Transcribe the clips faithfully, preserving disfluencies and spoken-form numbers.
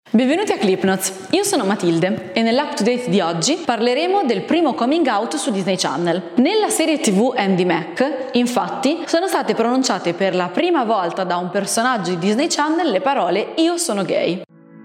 Benvenuti a ClipNotes, io sono Matilde e nell'Up to Date di oggi parleremo del primo coming out su Disney Channel. Nella serie tivù Andy Mac, infatti, sono state pronunciate per la prima volta da un personaggio di Disney Channel le parole "io sono gay".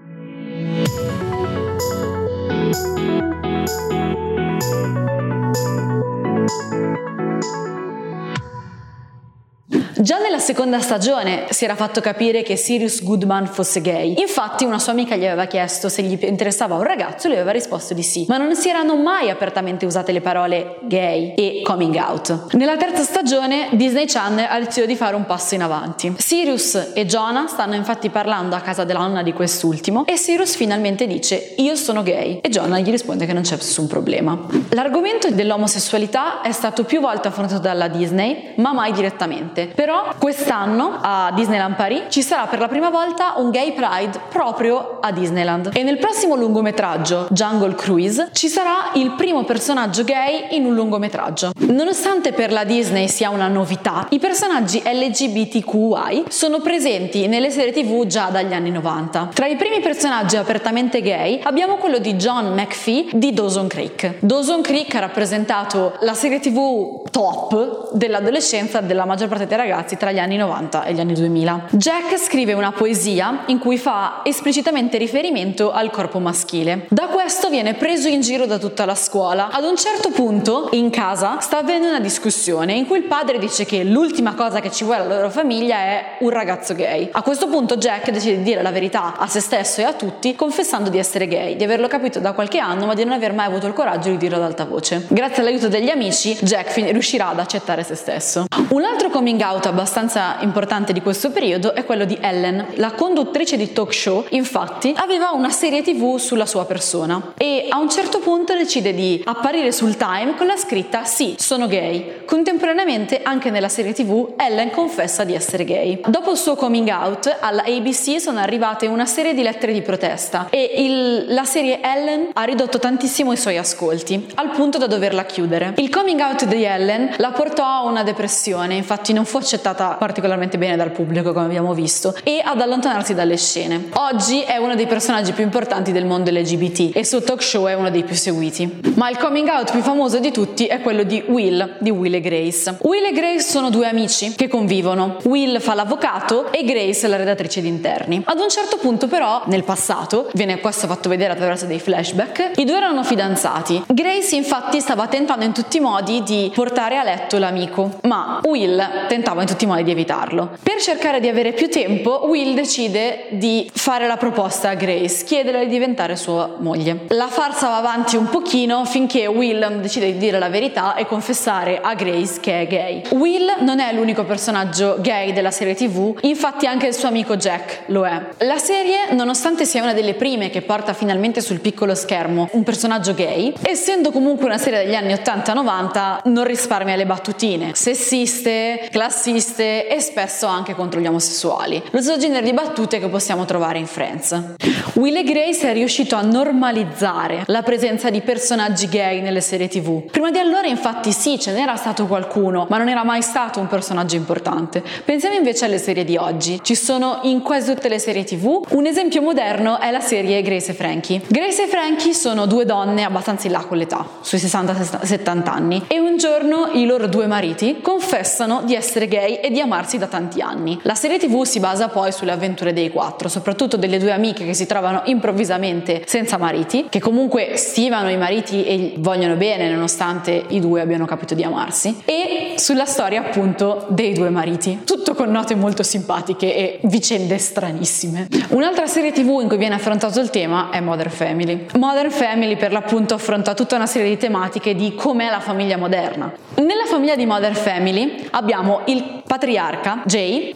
Già nella seconda stagione si era fatto capire che Sirius Goodman fosse gay. Infatti una sua amica gli aveva chiesto se gli interessava un ragazzo e lui aveva risposto di sì. Ma non si erano mai apertamente usate le parole gay e coming out. Nella terza stagione Disney Channel ha deciso di fare un passo in avanti. Sirius e Jonah stanno infatti parlando a casa della nonna di quest'ultimo e Sirius finalmente dice "io sono gay" e Jonah gli risponde che non c'è nessun problema. L'argomento dell'omosessualità è stato più volte affrontato dalla Disney, ma mai direttamente. Però quest'anno a Disneyland Paris ci sarà per la prima volta un Gay Pride proprio a Disneyland e nel prossimo lungometraggio Jungle Cruise ci sarà il primo personaggio gay in un lungometraggio. Nonostante per la Disney sia una novità, i personaggi L G B T Q I sono presenti nelle serie tivù già dagli anni novanta. Tra i primi personaggi apertamente gay abbiamo quello di John McPhee di Dawson's Creek. Dawson's Creek ha rappresentato la serie tivù top dell'adolescenza della maggior parte dei ragazzi tra gli anni novanta e gli anni duemila. Jack scrive una poesia in cui fa esplicitamente riferimento al corpo maschile. Da questo viene preso in giro da tutta la scuola. Ad un certo punto in casa sta avvenendo una discussione in cui il padre dice che l'ultima cosa che ci vuole alla loro famiglia è un ragazzo gay. A questo punto Jack decide di dire la verità a se stesso e a tutti, confessando di essere gay, di averlo capito da qualche anno ma di non aver mai avuto il coraggio di dirlo ad alta voce. Grazie all'aiuto degli amici Jack riuscirà ad accettare se stesso. Un altro coming out abbastanza importante di questo periodo è quello di Ellen. La conduttrice di talk show, infatti, aveva una serie tivù sulla sua persona e a un certo punto decide di apparire sul Time con la scritta "sì, sono gay". Contemporaneamente, anche nella serie tivù, Ellen confessa di essere gay. Dopo il suo coming out, alla A B C sono arrivate una serie di lettere di protesta e il, la serie Ellen ha ridotto tantissimo i suoi ascolti, al punto da doverla chiudere. Il coming out di Ellen la portò a una depressione, infatti non fu accettata particolarmente bene dal pubblico, come abbiamo visto, e ad allontanarsi dalle scene. Oggi è uno dei personaggi più importanti del mondo L G B T e il suo talk show è uno dei più seguiti. Ma il coming out più famoso di tutti è quello di Will, di Will e Grace. Will e Grace sono due amici che convivono. Will fa l'avvocato e Grace è la redattrice di interni. Ad un certo punto però, nel passato, viene questo fatto vedere attraverso dei flashback, i due erano fidanzati. Grace infatti stava tentando in tutti i modi di portare a letto l'amico, ma Will tentava in tutti i modi di evitarlo. Per cercare di avere più tempo, Will decide di fare la proposta a Grace, chiederle di diventare sua moglie. La farsa va avanti un pochino finché Will decide di dire la verità e confessare a Grace che è gay. Will non è l'unico personaggio gay della serie tivù, infatti anche il suo amico Jack lo è. La serie, nonostante sia una delle prime che porta finalmente sul piccolo schermo un personaggio gay, essendo comunque una serie degli anni ottanta novanta, non risparmia le battutine sessiste, classiste e spesso anche contro gli omosessuali. Lo stesso genere di battute che possiamo trovare in Friends. Will e Grace è riuscito a normalizzare la presenza di personaggi gay nelle serie tivù. Prima di allora infatti sì, ce n'era stato qualcuno, ma non era mai stato un personaggio importante. Pensiamo invece alle serie di oggi. Ci sono in quasi tutte le serie tivù. Un esempio moderno è la serie Grace e Frankie. Grace e Frankie sono due donne abbastanza in là con l'età, sui sessanta settanta anni, e un giorno i loro due mariti confessano di essere gay e di amarsi da tanti anni. La serie tivù si basa poi sulle avventure dei quattro, soprattutto delle due amiche che si trovano improvvisamente senza mariti, che comunque stimano i mariti e vogliono bene nonostante i due abbiano capito di amarsi, e sulla storia appunto dei due mariti, tutto con note molto simpatiche e vicende stranissime. Un'altra serie tivù in cui viene affrontato il tema è Modern Family. Modern Family per l'appunto affronta tutta una serie di tematiche di com'è la famiglia moderna. Nella famiglia di Modern Family abbiamo il patriarca Jay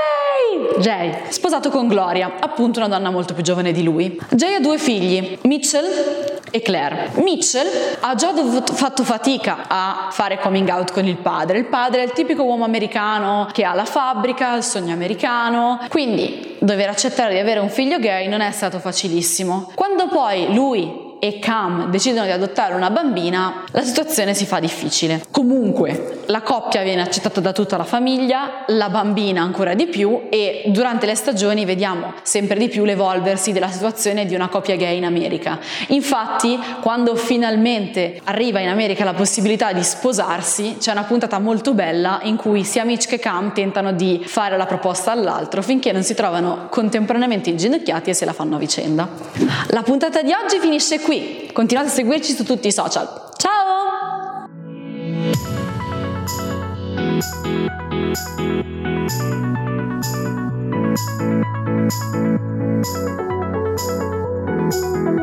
Jay Jay sposato con Gloria, appunto una donna molto più giovane di lui. Jay ha due figli, Mitchell e Claire. Mitchell ha già dovuto, fatto fatica a fare coming out con il padre. Il padre è il tipico uomo americano che ha la fabbrica, il sogno americano, quindi dover accettare di avere un figlio gay non è stato facilissimo. Quando poi lui e Cam decidono di adottare una bambina, la situazione si fa difficile. Comunque, la coppia viene accettata da tutta la famiglia, la bambina ancora di più, e durante le stagioni vediamo sempre di più l'evolversi della situazione di una coppia gay in America. Infatti, quando finalmente arriva in America la possibilità di sposarsi, c'è una puntata molto bella in cui sia Mitch che Cam tentano di fare la proposta all'altro finché non si trovano contemporaneamente inginocchiati e se la fanno a vicenda. La puntata di oggi finisce qui. Continuate a seguirci su tutti i social. Ciao!